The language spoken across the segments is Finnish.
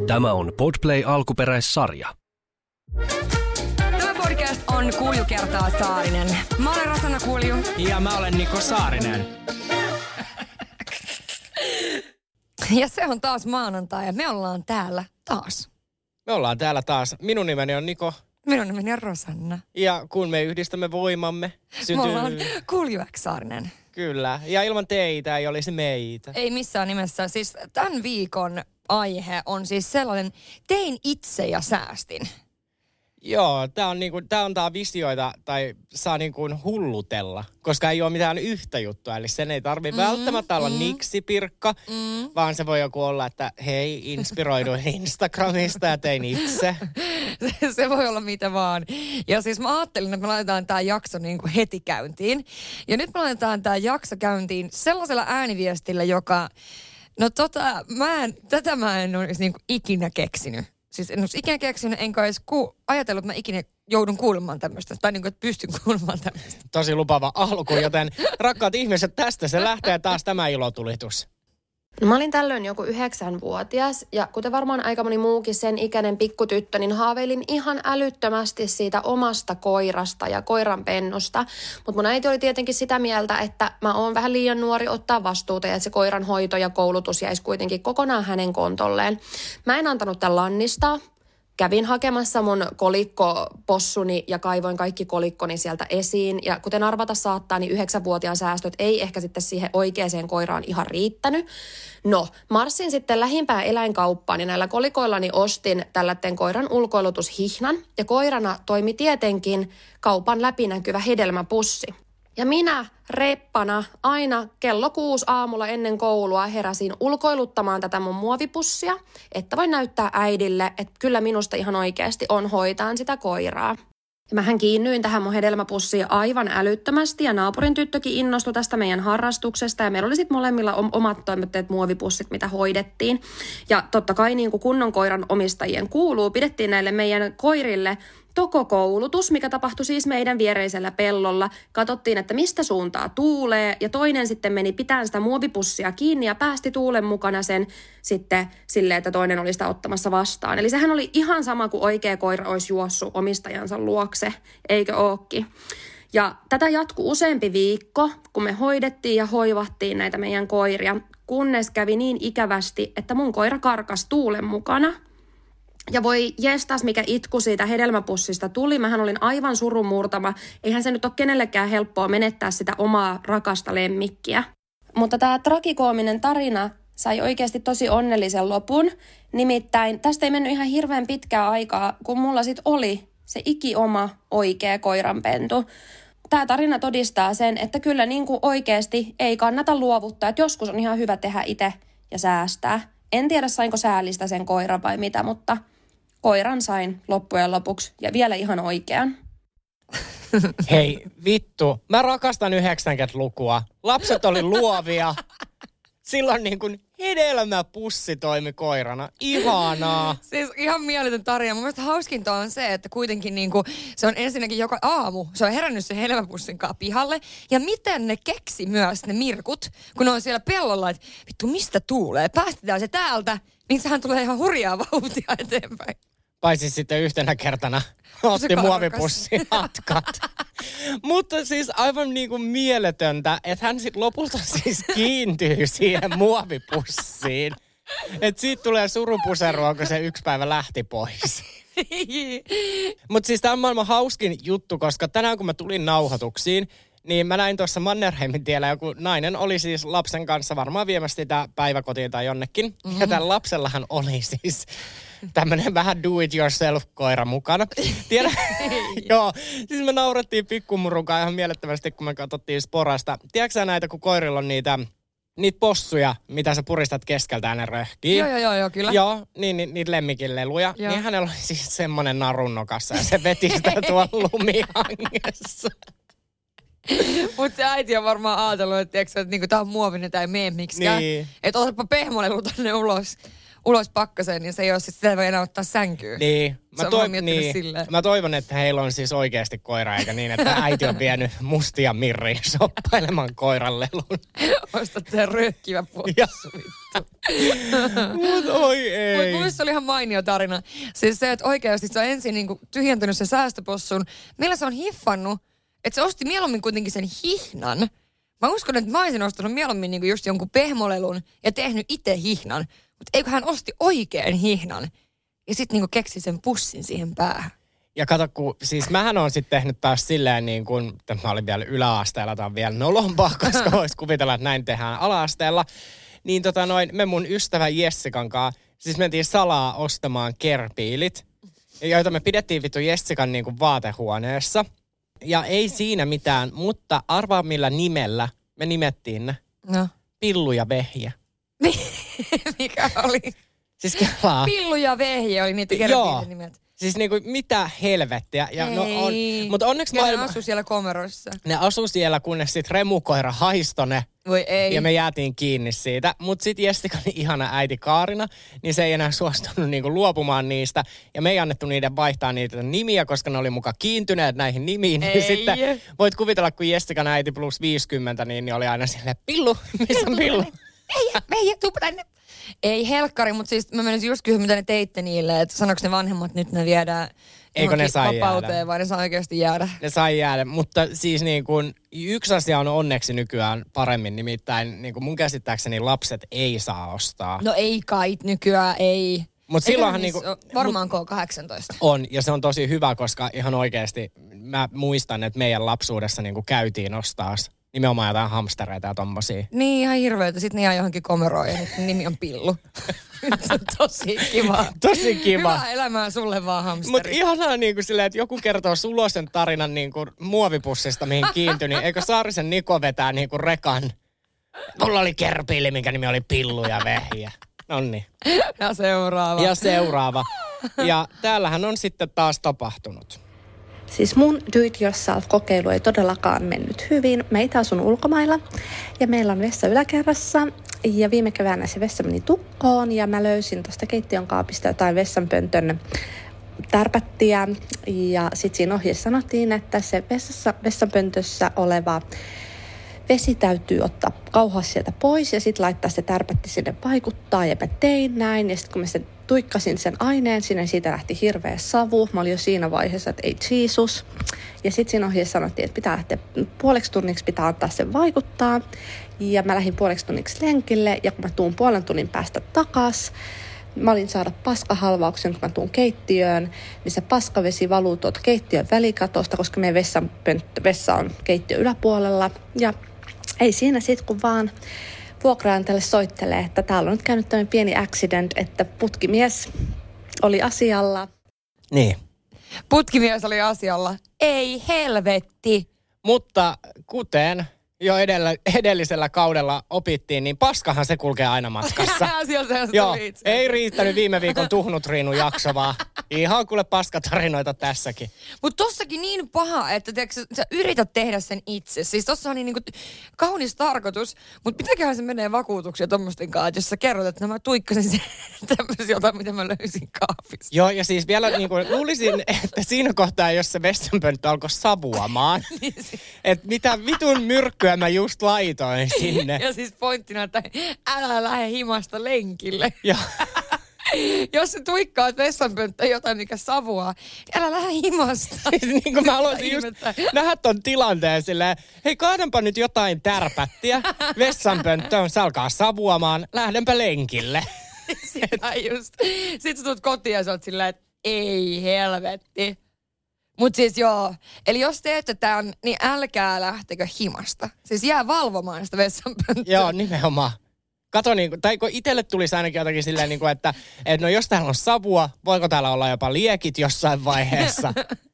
Tämä on Podplay alkuperäissarja. Tämä podcast on Kulju kertaa Saarinen. Mä olen Rosanna Kulju. Ja mä olen Niko Saarinen. Ja se on taas maanantai ja me ollaan täällä taas. Me ollaan täällä taas. Minun nimeni on Niko. Minun nimeni on Rosanna. Ja kun me yhdistämme voimamme, syntyy... Me ollaan Kulju X Saarinen. Kyllä. Ja ilman teitä ei olisi meitä. Ei missään nimessä. Siis tämän viikon aihe on siis sellainen, tein itse ja säästin. Joo, tää on visioita tai saa hullutella, koska ei ole mitään yhtä juttua. Eli sen ei tarvitse välttämättä olla niksipirkka, vaan se voi joku olla, että hei, inspiroiduin Instagramista ja tein itse. Se voi olla mitä vaan. Ja siis mä ajattelin, että me laitetaan tää jakso heti käyntiin. Ja nyt me laitetaan tää jakso käyntiin sellaisella ääniviestillä, joka... No tätä mä en olisi ikinä keksinyt. Siis en olisi ikinä keksinyt, enkä edes ajatellut, että mä ikinä joudun kuulemaan tämmöistä. Tai että pystyn kuulemaan tämmöistä. Tosi lupaava alku, joten rakkaat ihmiset, tästä se lähtee taas tämä ilotulitus. No, mä olin tällöin joku 9-vuotias ja kuten varmaan aika moni muukin sen ikäinen pikkutyttö, niin haaveilin ihan älyttömästi siitä omasta koirasta ja koiran pennusta. Mutta mun äiti oli tietenkin sitä mieltä, että mä oon vähän liian nuori ottaa vastuuta ja että se koiran hoito ja koulutus jäisi kuitenkin kokonaan hänen kontolleen. Mä en antanut tämän lannistaa. Kävin hakemassa mun kolikkopossuni ja kaivoin kaikki kolikkoni sieltä esiin. Ja kuten arvata saattaa, niin 9-vuotiaan säästöt ei ehkä sitten siihen oikeaan koiraan ihan riittänyt. No, marssin sitten lähimpään eläinkauppaan ja näillä kolikoillani ostin tällaisen koiran ulkoilutushihnan. Ja koirana toimi tietenkin kaupan läpinäkyvä hedelmäpussi. Ja minä reppana aina kello 6 aamulla ennen koulua heräsin ulkoiluttamaan tätä mun muovipussia, että voin näyttää äidille, että kyllä minusta ihan oikeasti on hoitaan sitä koiraa. Ja mähän kiinnyin tähän mun hedelmäpussiin aivan älyttömästi ja naapurin tyttökin innostui tästä meidän harrastuksesta ja meillä oli sitten molemmilla omat toimitteet muovipussit, mitä hoidettiin. Ja totta kai niin kuin kunnon koiran omistajien kuuluu, pidettiin näille meidän koirille tokokoulutus, mikä tapahtui siis meidän viereisellä pellolla. Katsottiin, että mistä suuntaa tuulee ja toinen sitten meni pitämään sitä muovipussia kiinni ja päästi tuulen mukana sen sitten silleen, että toinen oli sitä ottamassa vastaan. Eli sehän oli ihan sama kuin oikea koira olisi juossut omistajansa luokse, eikö ookin? Ja tätä jatkui useampi viikko, kun me hoidettiin ja hoivattiin näitä meidän koiria, kunnes kävi niin ikävästi, että mun koira karkas tuulen mukana. Ja voi jestas, mikä itku siitä hedelmäpussista tuli. Mähän olin aivan surunmurtama. Eihän se nyt ole kenellekään helppoa menettää sitä omaa rakasta lemmikkiä. Mutta tämä tragikoominen tarina sai oikeasti tosi onnellisen lopun. Nimittäin tästä ei mennyt ihan hirveän pitkää aikaa, kun mulla sit oli se ikioma oikea koiranpentu. Tämä tarina todistaa sen, että kyllä niin kuin oikeasti ei kannata luovuttaa. Että joskus on ihan hyvä tehdä itse ja säästää. En tiedä, sainko säällistä sen koiran vai mitä, mutta koiran sain loppujen lopuksi ja vielä ihan oikean. Hei, vittu. Mä rakastan 90-lukua. Lapset oli luovia. Silloin hedelmäpussi toimi koirana. Ihanaa. Siis ihan mieletön tarina. Mun mielestä hauskinta on se, että kuitenkin se on ensinnäkin joka aamu. Se on herännyt sen hedelmäpussin kanssa pihalle. Ja miten ne keksi myös ne mirkut, kun ne on siellä pellolla, että vittu mistä tuulee? Päästetään se täältä, niin sehän tulee ihan hurjaa vauhtia eteenpäin. Paitsi sitten yhtenä kertana otti muovipussin hatkat. Mutta siis aivan mieletöntä, että hän sitten lopulta siis kiintyy siihen muovipussiin. Että siitä tulee surupuserua, kun se yksi päivä lähti pois. Mutta siis tämä on maailman hauskin juttu, koska tänään kun mä tulin nauhoituksiin, niin mä näin tuossa Mannerheimin tiellä joku nainen oli siis lapsen kanssa varmaan viemässä sitä päiväkotiin tai jonnekin. Mm-hmm. Ja tällä lapsellahan oli siis tämmönen vähän do-it-yourself-koira mukana. Tiedä? Joo, siis me naurettiin pikkumurunkaan ihan mielettömästi, kun me katsottiin Sporasta. Tiedätkö näitä, kun koirilla on niitä possuja, mitä sä puristat keskeltä ja ne röhkii? Joo, kyllä. Joo, niitä lemmikin leluja. Joo. Niin hänellä oli siis semmonen narunnokassa ja se veti sitä tuolla lumihangessa. Mutta se äiti on varmaan ajatellut, että tää on muovinen tai mene miksikään. Niin. Että otapa pehmolelu tänne ulos pakkaseen, niin se ei ole sitä ei voi enää ottaa sänkyyn. Niin. Mä toivon, että heillä on siis oikeasti koira, eikä niin, että äiti on vienyt mustia mirriin shoppailemaan koiran lelun. Ostatte röökkivä possu, vittu. Mut oi ei. Mutta mielestäni se oli ihan mainio tarina. Siis se, että oikeasti se on ensin niinku tyhjentänyt sen säästöpossun. Meillä se on hiffannut, että se osti mieluummin kuitenkin sen hihnan. Mä uskon, että mä olisin ostanut mieluummin niinku just jonkun pehmolelun ja tehnyt itse hihnan. Mutta eikö hän osti oikein hihnan ja sitten niinku keksi sen pussin siihen päähän. Ja kato, siis mähän on sitten tehnyt taas silleen niin kuin, että mä olin vielä yläasteella, tai vielä nolompaa, koska vois kuvitella, että näin tehdään ala-asteella. Niin me mun ystävä Jessikan kanssa, siis mentiin salaa ostamaan kerpiilit, joita me pidettiin vittu Jessikan niin kuin vaatehuoneessa. Ja ei siinä mitään, mutta arvaa millä nimellä me nimettiin ne. No. Pillu ja vehje. Mikä oli? Siis kelaa. Pillu ja vehje oli niitä kerpiilin nimet. Siis niinku mitä helvettiä. Ja mutta onneksi ne asuu siellä komeroissa. Ne asuu siellä, kunnes sit remukoira haistoi ne. Voi ei. Ja me jäätiin kiinni siitä. Mutta sit Jessikan ihana äiti Kaarina, niin se ei enää suostunut niinku luopumaan niistä. Ja me ei annettu niiden vaihtaa niitä nimiä, koska ne oli muka kiintyneet näihin nimiin. Niin sitten voit kuvitella, kun Jessikan äiti plus 50, niin oli aina silleen, Pillu, missä on Pillu? Vehje, tuu tänne. Ei helkkari, mutta siis mä menisin just kysyä, mitä ne teitte niille, että sanoiko ne vanhemmat, että nyt ne viedään vapauteen, jäädä. Vai ne saa oikeasti jäädä? Ne sai jäädä, mutta siis niin kuin yksi asia on onneksi nykyään paremmin, nimittäin niin kuin mun käsittääkseni lapset ei saa ostaa. No ei kai, nykyään ei. Mutta silloinhan niinku varmaan K18. On, ja se on tosi hyvä, koska ihan oikeasti mä muistan, että meidän lapsuudessa niinku käytiin ostaa nimenomaan jotain hamstereita ja tommosia. Niin, ihan hirveetä. Sitten ne jää johonkin komeroon ja nimi on Pillu. Tosi kiva. Tosi kiva. Hyvää elämää sulle vaan, hamsteri. Mutta ihanaa niinku silleen, että joku kertoo Sulosen tarinan niinku muovipussista, mihin kiintyi, niin eikö Saarisen Niko vetää niinku rekan? Mulla oli kerpiili, minkä nimi oli Pillu ja vehje. Noniin. Ja seuraava. Ja täällähän on sitten taas tapahtunut. Siis mun do-it-yourself-kokeilu ei todellakaan mennyt hyvin. Meitä asun ulkomailla ja meillä on vessa yläkerrassa. Ja viime keväänä se vessa meni tukkoon ja mä löysin tuosta keittiön kaapista jotain vessanpöntön tärpättiä. Ja sitten siinä ohjeessa sanottiin, että se vessanpöntössä oleva vesi täytyy ottaa kauhaa sieltä pois ja sitten laittaa se tärpätti sinne vaikuttaa. Ja mä tein näin ja sitten kun mä tuikkasin sen aineen, sinne siitä lähti hirveä savu. Mä olin jo siinä vaiheessa, että ei Jesus. Ja sitten siinä ohjeessa sanottiin, että pitää lähteä puoleksi tunniksi, pitää antaa sen vaikuttaa. Ja mä lähdin puoleksi tunniksi lenkille ja kun mä tuun puolen tunnin päästä takas, mä olin saada paskahalvauksen, kun mä tuun keittiöön, missä paskavesi valuu tuolta keittiön välikatosta, koska meidän vessa on keittiön yläpuolella. Ja ei siinä sit, kun vaan vuokraantajalle soittelee, että täällä on nyt käynyt tämmöinen pieni accident, että putkimies oli asialla. Niin. Putkimies oli asialla. Ei helvetti. Mutta kuten jo edellisellä kaudella opittiin, niin paskahan se kulkee aina matkassa. Joo, ei riittänyt viime viikon Tuhnut-Riinun jakso, vaan ihan kuule paskatarinoita tässäkin. Mutta tossakin niin paha, että sä yrität tehdä sen itse. Siis tossa on niin niinku kaunis tarkoitus, mutta mitäköhän se menee vakuutuksia tommosten kanssa, jos sä kerrot, että mä tuikkasin sen tämmöisiä jotain, mitä mä löysin kaapista. Joo, ja siis vielä niin kuin luulisin, että siinä kohtaa, jos se vessanpönttö alkoi savuamaan, että mitä vitun myrkkyä mä just laitoin sinne. Ja siis pointtina, että älä lähde himasta lenkille. Joo. Jos sä tuikkaat vessanpönttöön jotain, mikä savuaa, niin älä lähde himasta. Niin kuin mä haluaisin just nähdä ton tilanteen silleen, hei kaadanpa nyt jotain tärpättiä vessanpönttöön, se alkaa savuamaan, lähdenpä lenkille. Sitten sä tulet kotiin ja sä oot silleen, että ei helvetti. Mut siis joo, eli jos teette tämän, niin älkää lähtekö himasta. Siis jää valvomaan sitä vessanpönttöä. Joo, nimenomaan. Kato, tai kun itselle tulisi ainakin jotakin silleen, että no jos täällä on savua, voiko täällä olla jopa liekit jossain vaiheessa?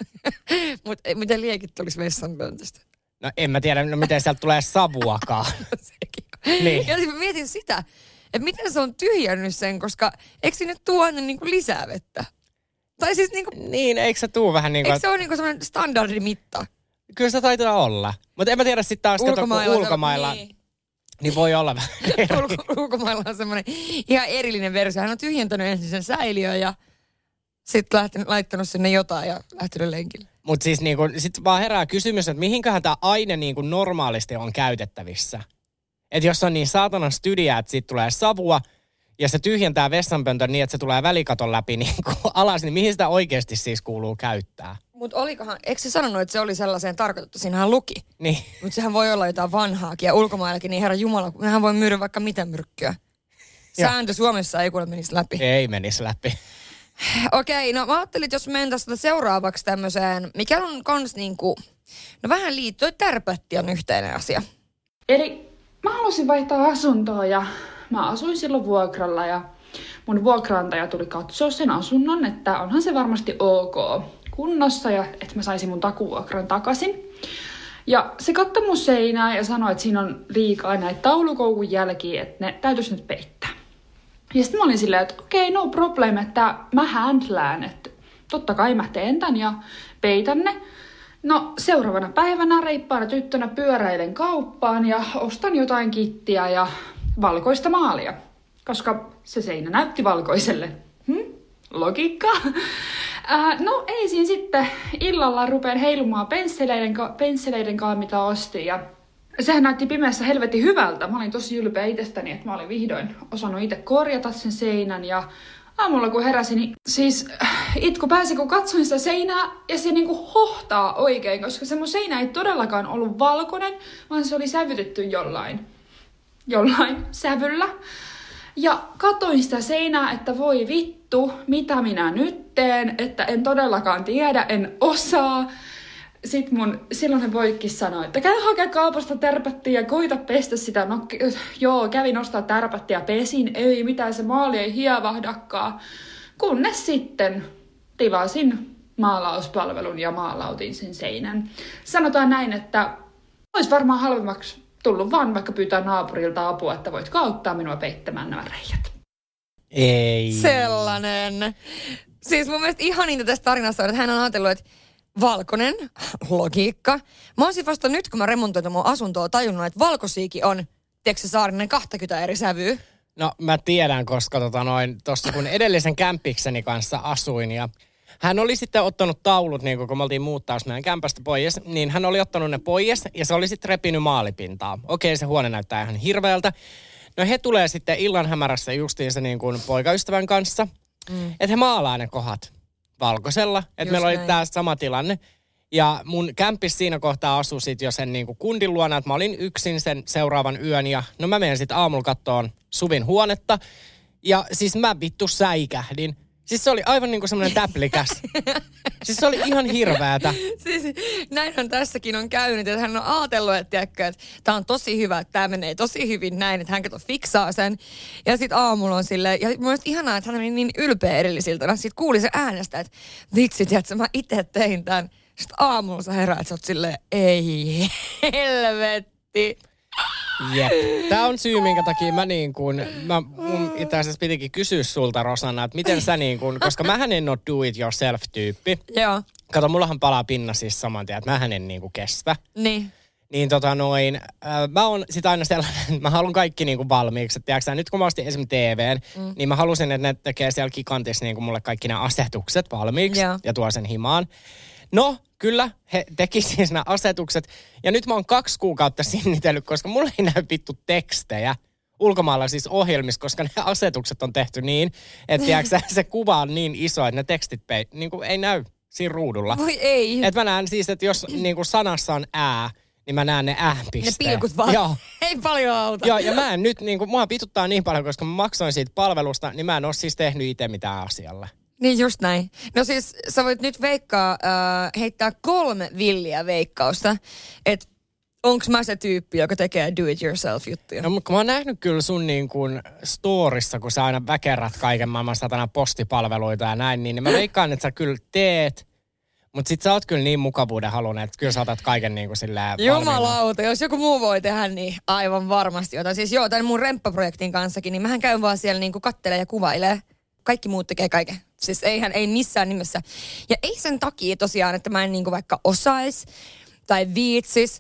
Mutta miten liekit tulisi vessanpöntöstä? No en mä tiedä, miten sieltä tulee savuakaan. Sekin. Niin. Ja siis mä mietin sitä, että miten se on tyhjännyt sen, koska eikö sinne tuo aina niinku lisää vettä? Tai siis niinku... Niin, eikö se tuu vähän niinku... Eikö se ole niinku semmoinen standardimitta? Kyllä se taitaa olla. Mutta en mä tiedä sitten taas, ulkomailla. Niin voi olla vähän. Ulkomailla on semmoinen ihan erillinen versio. Hän on tyhjentänyt ensin sen säiliön ja sitten laittanut sinne jotain ja lähtenyt lenkille. Mutta siis niinku, sit vaan herää kysymys, että mihinköhän tämä aine niinku normaalisti on käytettävissä. Että jos on niin saatanan stydiä, että siitä tulee savua ja se tyhjentää vessanpöntön niin, että se tulee välikaton läpi niinku alas, niin mihin sitä oikeasti siis kuuluu käyttää? Mutta eikö se sanonut, että se oli sellaiseen tarkoitettu? Siinähän luki. Niin. Mutta sehän voi olla jotain vanhaakin ja ulkomaillakin, niin herra jumala, nehän voi myydä vaikka mitä myrkkyä. Sääntö Suomessa ei kuule menisi läpi. Ei menisi läpi. Okei, no mä ajattelin, että jos mentäisiin seuraavaksi tämmöiseen, mikä on kans niinku, no vähän liittyy, tärpätti on yhteinen asia. Eli mä halusin vaihtaa asuntoa ja mä asuin silloin vuokralla ja mun vuokraantaja tuli katsoa sen asunnon, että onhan se varmasti ok kunnossa ja että mä saisin mun takuvuokran takaisin. Ja se katsoi mun seinää ja sanoi, että siinä on liikaa näitä taulukoukun jälkiä, että ne täytyisi nyt peittää. Ja sitten mä olin silleen, että okei, no problem, että mä handlään, että totta kai mä teen tän ja peitän ne. No seuraavana päivänä reippaana tyttönä pyöräilen kauppaan ja ostan jotain kittiä ja valkoista maalia, koska se seinä näytti valkoiselle. Logiikka. No ei siinä sitten illalla rupean heilumaan pensseleiden kanssa, mitä ostin ja sehän näytti pimeässä helvetin hyvältä. Mä olin tosi ylpeä itsestäni, että mä olin vihdoin osannut itse korjata sen seinän. Ja aamulla kun heräsin, niin siis itku pääsi, kun katsoin sitä seinää ja se niinku hohtaa oikein, koska se mun seinä ei todellakaan ollut valkoinen, vaan se oli sävytetty jollain sävyllä. Ja katoin sitä seinää, että voi vittu, mitä minä nyt teen, että en todellakaan tiedä, en osaa. Sitten mun silloinen poikki sanoi, että käy hakea kaupasta tärpättiä ja koita pestä sitä. No joo, kävin ostaa tärpättiä ja pesin. Ei mitään, se maali ei hievahdakaan. Kunnes sitten tilasin maalauspalvelun ja maalautin sen seinän. Sanotaan näin, että olisi varmaan halvemmaksi tullut vaan vaikka pyytää naapurilta apua, että voitko auttaa minua peittämään nämä reijät. Ei. Sellainen. Siis mun mielestä ihaninta tästä tarinassa on, että hän on ajatellut, että valkoinen, logiikka. Mä oon vasta nyt, kun mä remontoin mun asuntoa, tajunnut, että valkosiikin on, tiedätkö Saarinen, 20 eri sävyä. No mä tiedän, koska tuossa kun edellisen kämpikseni kanssa asuin ja hän oli sitten ottanut taulut, niin kun me oltiin muuttaus meidän kämpästä pois, niin hän oli ottanut ne pois ja se oli sitten repinyt maalipintaa. Okei, se huone näyttää ihan hirveältä. No he tulee sitten illan hämärässä justiinsa niin kuin poikaystävän kanssa, että he maalaa ne kohdat valkoisella. Että meillä oli tämä sama tilanne. Ja mun kämppis siinä kohtaa asui sitten jo sen niin kuin kundin luona, että mä olin yksin sen seuraavan yön. Ja no mä menen sitten aamulla kattoon Suvin huonetta. Ja siis mä vittu säikähdin. Siis se oli aivan niin kuin semmoinen täplikäs. Siis se oli ihan hirveätä. Siis näinhän tässäkin on käynyt, että hän on ajatellut, että tämä on tosi hyvä, että tämä menee tosi hyvin näin, että hän fiksaa sen. Ja sitten aamulla on silleen, ja mun mielestä ihanaa, että hän oli niin ylpeä edellisiltä. Sitten kuuli se äänestä, että vitsi, tiedätkö, mä itse tein tämän. Sitten aamulla sä heräät, sä oot silleen, ei helvetti. Jep. Tämä on syy, minkä takia mun itse asiassa pitikin kysyä sulta, Rosanna, että miten sä koska mähän en ole do it yourself-tyyppi. Joo. Kato, mullahan palaa pinna siis saman tien, että mähän en kestä. Niin. Niin mä oon sit aina sellainen, että mä haluan kaikki valmiiksi. Että tiiäksä, nyt kun mä ostin esimerkiksi TVn, niin mä halusin, että ne tekee siellä Gigantissa mulle kaikki nämä asetukset valmiiksi ja tuo sen himaan. No, kyllä, he teki siis nämä asetukset. Ja nyt mä oon 2 kuukautta sinnitellyt, koska mulla ei näy vittu tekstejä ulkomailla siis ohjelmissa, koska ne asetukset on tehty niin, että tiiäksä, se kuva on niin iso, että ne tekstit ei näy siinä ruudulla. Voi ei. Että mä näen siis, että jos sanassa on ää, niin mä näen ne ääpisteet. Ne pilkut vaan. Joo. Ei paljon auta. Joo, ja mä en nyt, mua pituttaa niin paljon, koska mä maksoin siitä palvelusta, niin mä en ole siis tehnyt itse mitään asialle. Niin just näin. No siis sä voit nyt heittää 3 villiä veikkausta, että onks mä se tyyppi, joka tekee do-it-yourself-juttuja? No mutta mä oon nähnyt kyllä sun storissa, kun sä aina väkerrät kaiken maailman satana postipalveluita ja näin, niin mä veikkaan, että sä kyllä teet, mutta sit sä oot kyllä niin mukavuuden halunnut, että kyllä sä otat kaiken silleen Jumalauta, jos joku muu voi tehdä, niin aivan varmasti jotain. Siis tämän mun remppaprojektin kanssakin, niin mähän käyn vaan siellä kattelee ja kuvailee. Kaikki muut tekee kaiken. Siis ei missään nimessä. Ja ei sen takia tosiaan, että mä en vaikka osais tai viitsis,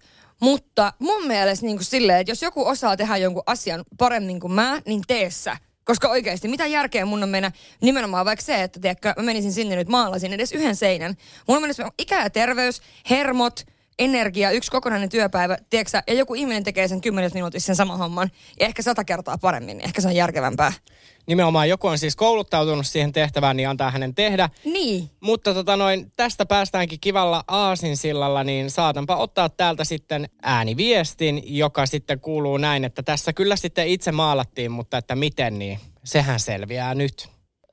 Mutta mun mielestä niin kuin silleen, että jos joku osaa tehdä jonkun asian paremmin kuin mä, niin tee sä. Koska oikeasti, mitä järkeä mun on mennä nimenomaan vaikka se, että tiedätkö, mä menisin sinne nyt maalasin edes yhden seinän. Mun on mielestä ikä ja terveys, hermot, energia, yksi kokonainen työpäivä, tiedätkö, ja joku ihminen tekee sen 10 minuutissa sen saman homman, ja ehkä 100 kertaa paremmin, niin ehkä se on järkevämpää. Nimenomaan joku on siis kouluttautunut siihen tehtävään, niin antaa hänen tehdä. Niin. Mutta tästä päästäänkin kivalla aasinsillalla, niin saatanpa ottaa täältä sitten ääniviestin, joka sitten kuuluu näin, että tässä kyllä sitten itse maalattiin, mutta että miten, niin sehän selviää nyt.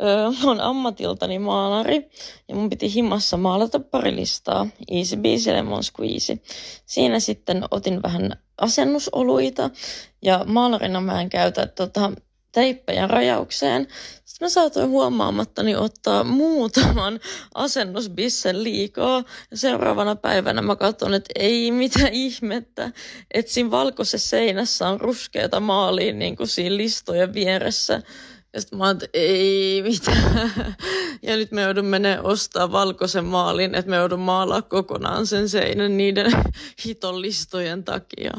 Mä oon ammatiltani maalari ja mun piti himassa maalata pari listaa. Easy Beasy Lemon Squeezy. Siinä sitten otin vähän asennusoluita ja maalarina mä en käytä teippejä rajaukseen. Sitten mä saatoin huomaamattani ottaa muutaman asennusbissen liikaa. Ja seuraavana päivänä mä katson, että ei mitään ihmettä. Että siinä valkoisessa seinässä on ruskeata maaliin niin kuin siinä listojen vieressä. Ja sitten mä oon, että ei mitään. Ja nyt me joudun menemään ostaa valkoisen maalin, että me joudun maalaa kokonaan sen seinän niiden hiton listojen takia.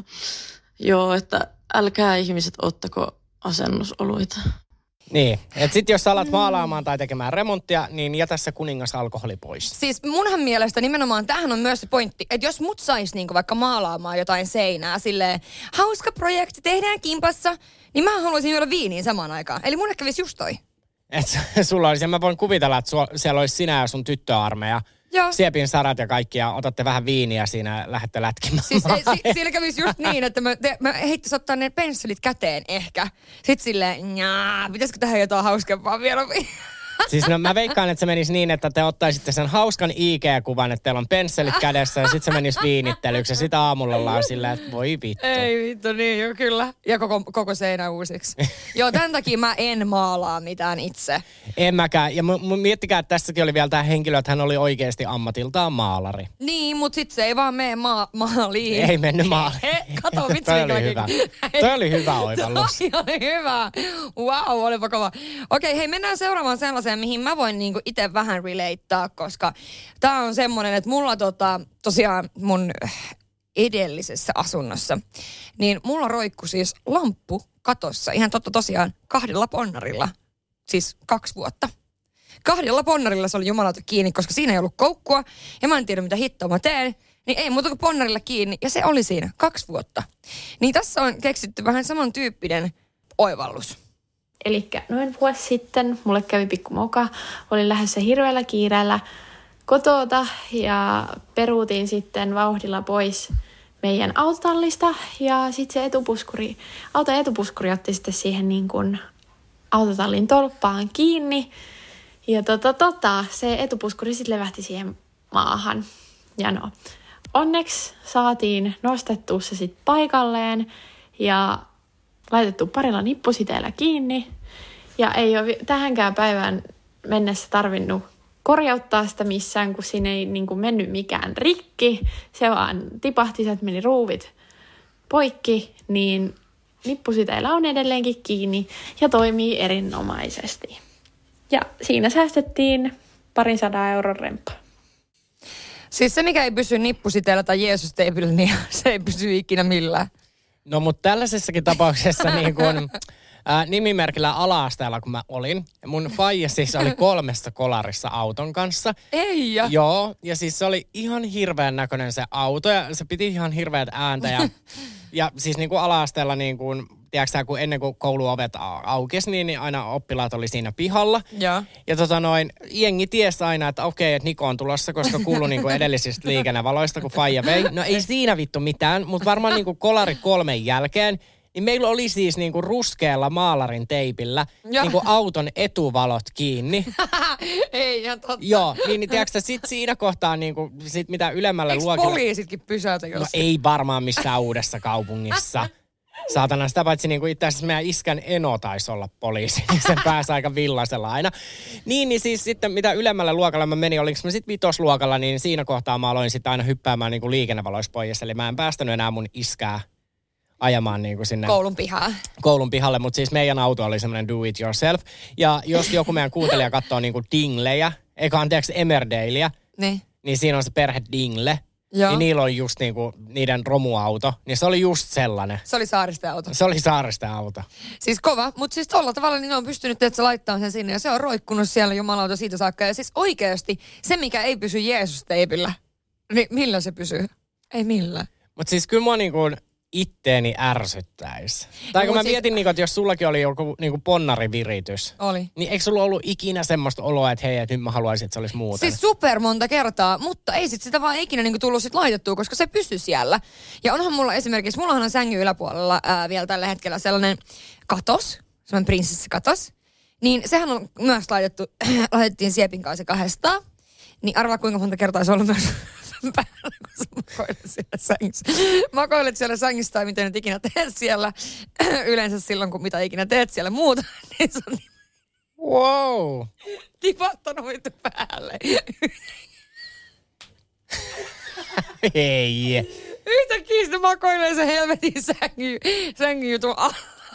Joo, että älkää ihmiset ottako asennusoluita. Niin, että sitten jos sä alat maalaamaan tai tekemään remonttia, niin jätä se kuningas alkoholi pois. Siis munhan mielestä nimenomaan tämähän on myös se pointti, että jos mut sais niinku vaikka maalaamaan jotain seinää silleen, hauska projekti, tehdään kimpassa, niin mä haluaisin juoda viiniin samaan aikaan. Eli mun ehkä kävisi just toi. Että sulla olisi, mä voin kuvitella, että siellä olisi sinä ja sun tyttöarmeija. Joo. Siepin sarat ja kaikki ja otatte vähän viiniä siinä ja lähdette lätkimään. Siis siinä kävisi just niin, että mä heittäisi ottaa ne pensselit käteen ehkä. Sitten silleen, pitäisikö tähän jotain hauskempaa vielä? Siis mä veikkaan, että se menisi niin, että te ottaisitte sen hauskan IG-kuvan, että teillä on pensselit kädessä ja sitten se menisi viinittelyksi. Ja sitä aamulla ollaan silleen, että voi vittu. Ei vittu, niin jo kyllä. Ja koko seinä uusiksi. Joo, tämän takia mä en maalaa mitään itse. En mäkään. Ja miettikää, että tässäkin oli vielä tämä henkilö, että hän oli oikeasti ammatiltaan maalari. Niin, mutta sitten se ei vaan mene maaliin. Ei mennyt maaliin. Kato, vitsi. Toi oli hyvä. Toi oli hyvä oivallus. Toi oli hyvä. Wow, olipa kova. Okei, hei, mennään seuraavaan sellaiseen, mihin mä voin niinku itse vähän relateaa, koska tää on semmonen, että mulla tosiaan mun edellisessä asunnossa, niin mulla roikku siis lamppu katossa, ihan tosiaan 2 ponnarilla, siis 2 vuotta. 2 ponnarilla se oli jumalauta kiinni, koska siinä ei ollut koukkua, ja mä en tiedä mitä hittoa mä teen, niin ei muuta kuin ponnarilla kiinni, ja se oli siinä 2 vuotta. Niin tässä on keksitty vähän samantyyppinen oivallus. Elikkä noin vuosi sitten mulle kävi pikku moka. Olin lähdössä hirveällä kiireellä kotota ja peruutin sitten vauhdilla pois meidän autotallista. Ja sitten se auton etupuskuri otti sitten siihen niin kuin autotallin tolppaan kiinni. Ja se etupuskuri sitten levähti siihen maahan. Ja no, onneksi saatiin nostettua se sitten paikalleen ja laitettu parilla nippusiteellä kiinni. Ja ei ole tähänkään päivään mennessä tarvinnut korjauttaa sitä missään, kun siinä ei niin kuin mennyt mikään rikki. Se vaan tipahti, että meni ruuvit poikki, niin nippusiteillä on edelleenkin kiinni ja toimii erinomaisesti. Ja siinä säästettiin 200 euron rempaa. Siis se, mikä ei pysy nippusiteellä tai Jeesus-teipillä, niin se ei pysy ikinä millään. No mutta tällaisessakin tapauksessa niin kuin nimimerkillä ala-asteella, kun mä olin. Mun faija siis oli 3 kolarissa auton kanssa. Ei ja. Joo, ja siis se oli ihan hirveän näköinen se auto ja se piti ihan hirveät ääntä. Ja siis niin kuin ala-asteella niin kuin, tiedätkö kun ennen kuin kouluovet aukesi, niin aina oppilaat oli siinä pihalla. Ja jengi tiesi aina, että okei, että Niko on tulossa, koska kuului niin kuin edellisistä liikennevaloista, kun faija vei. No ei siinä vittu mitään, mutta varmaan niin kuin kolari 3 jälkeen, niin meillä oli siis niin kuin ruskealla maalarin teipillä niin kuin auton etuvalot kiinni. Ei ihan totta. Joo, niin tiedätkö sit siinä kohtaa niin kuin, sit mitä ylemmälle luokille. Eikö poliisitkin pysäytä jossain? No ei varmaan missään uudessa kaupungissa. Saatana, sitä paitsi niin kuin itse asiassa meidän iskän eno taisi olla poliisi, niin se pääsi aika villaisella aina. Niin siis sitten mitä ylemmällä luokalla mä menin, oliko mä sitten 5. luokalla, niin siinä kohtaa mä aloin sitten aina hyppäämään niin kuin liikennevaloissa pois. Eli mä en päästänyt enää mun iskää ajamaan niin kuin sinne koulun pihalle, mutta siis meidän auto oli semmoinen do it yourself. Ja jos joku meidän kuuntelija katsoo niin kuin Dinglejä, Emmerdaleä, niin siinä on se perhe Dingle. niin niillä on just niinku niiden romuauto, niin se oli just sellainen. Se oli saaristoauto. Se oli saaristoauto. Siis kova, mutta siis tolla tavalla niin on pystynyt, että se laittaa sen sinne ja se on roikkunut siellä jumalauta siitä saakka. Ja siis oikeasti se, mikä ei pysy Jeesus-teipillä, niin millä se pysyy? Ei millään. Mutta siis kyllä mua niinku itteeni ärsyttäisi. Tai kun mä mietin, niinku, että jos sullakin oli joku niinku ponnariviritys. Oli. Niin eikö sulla ollut ikinä semmoista oloa, että hei, että nyt mä haluaisin, että se olisi muuten? Siis super monta kertaa, mutta ei sitä vaan ikinä niinku tullut sit laitettua, koska se pysyy siellä. Ja onhan mulla esimerkiksi, mullahan on sängyn yläpuolella vielä tällä hetkellä sellainen katos, sellainen prinsessikatos. Niin sehän on myös laitettiin Siepin kanssa 200. Niin arvaa kuinka monta kertaa se on ollut myös päällä, kun sä makoilet siellä sängyssä. Makoilet siellä sängyssä tai miten nyt ikinä teet siellä. Yleensä silloin, kun mitä ikinä teet siellä muuta, niin se on wow. tipahtanut vittu päälle. Ei. Yhtäkkiä sitten makoilee se helvetin sängyn jutun alla.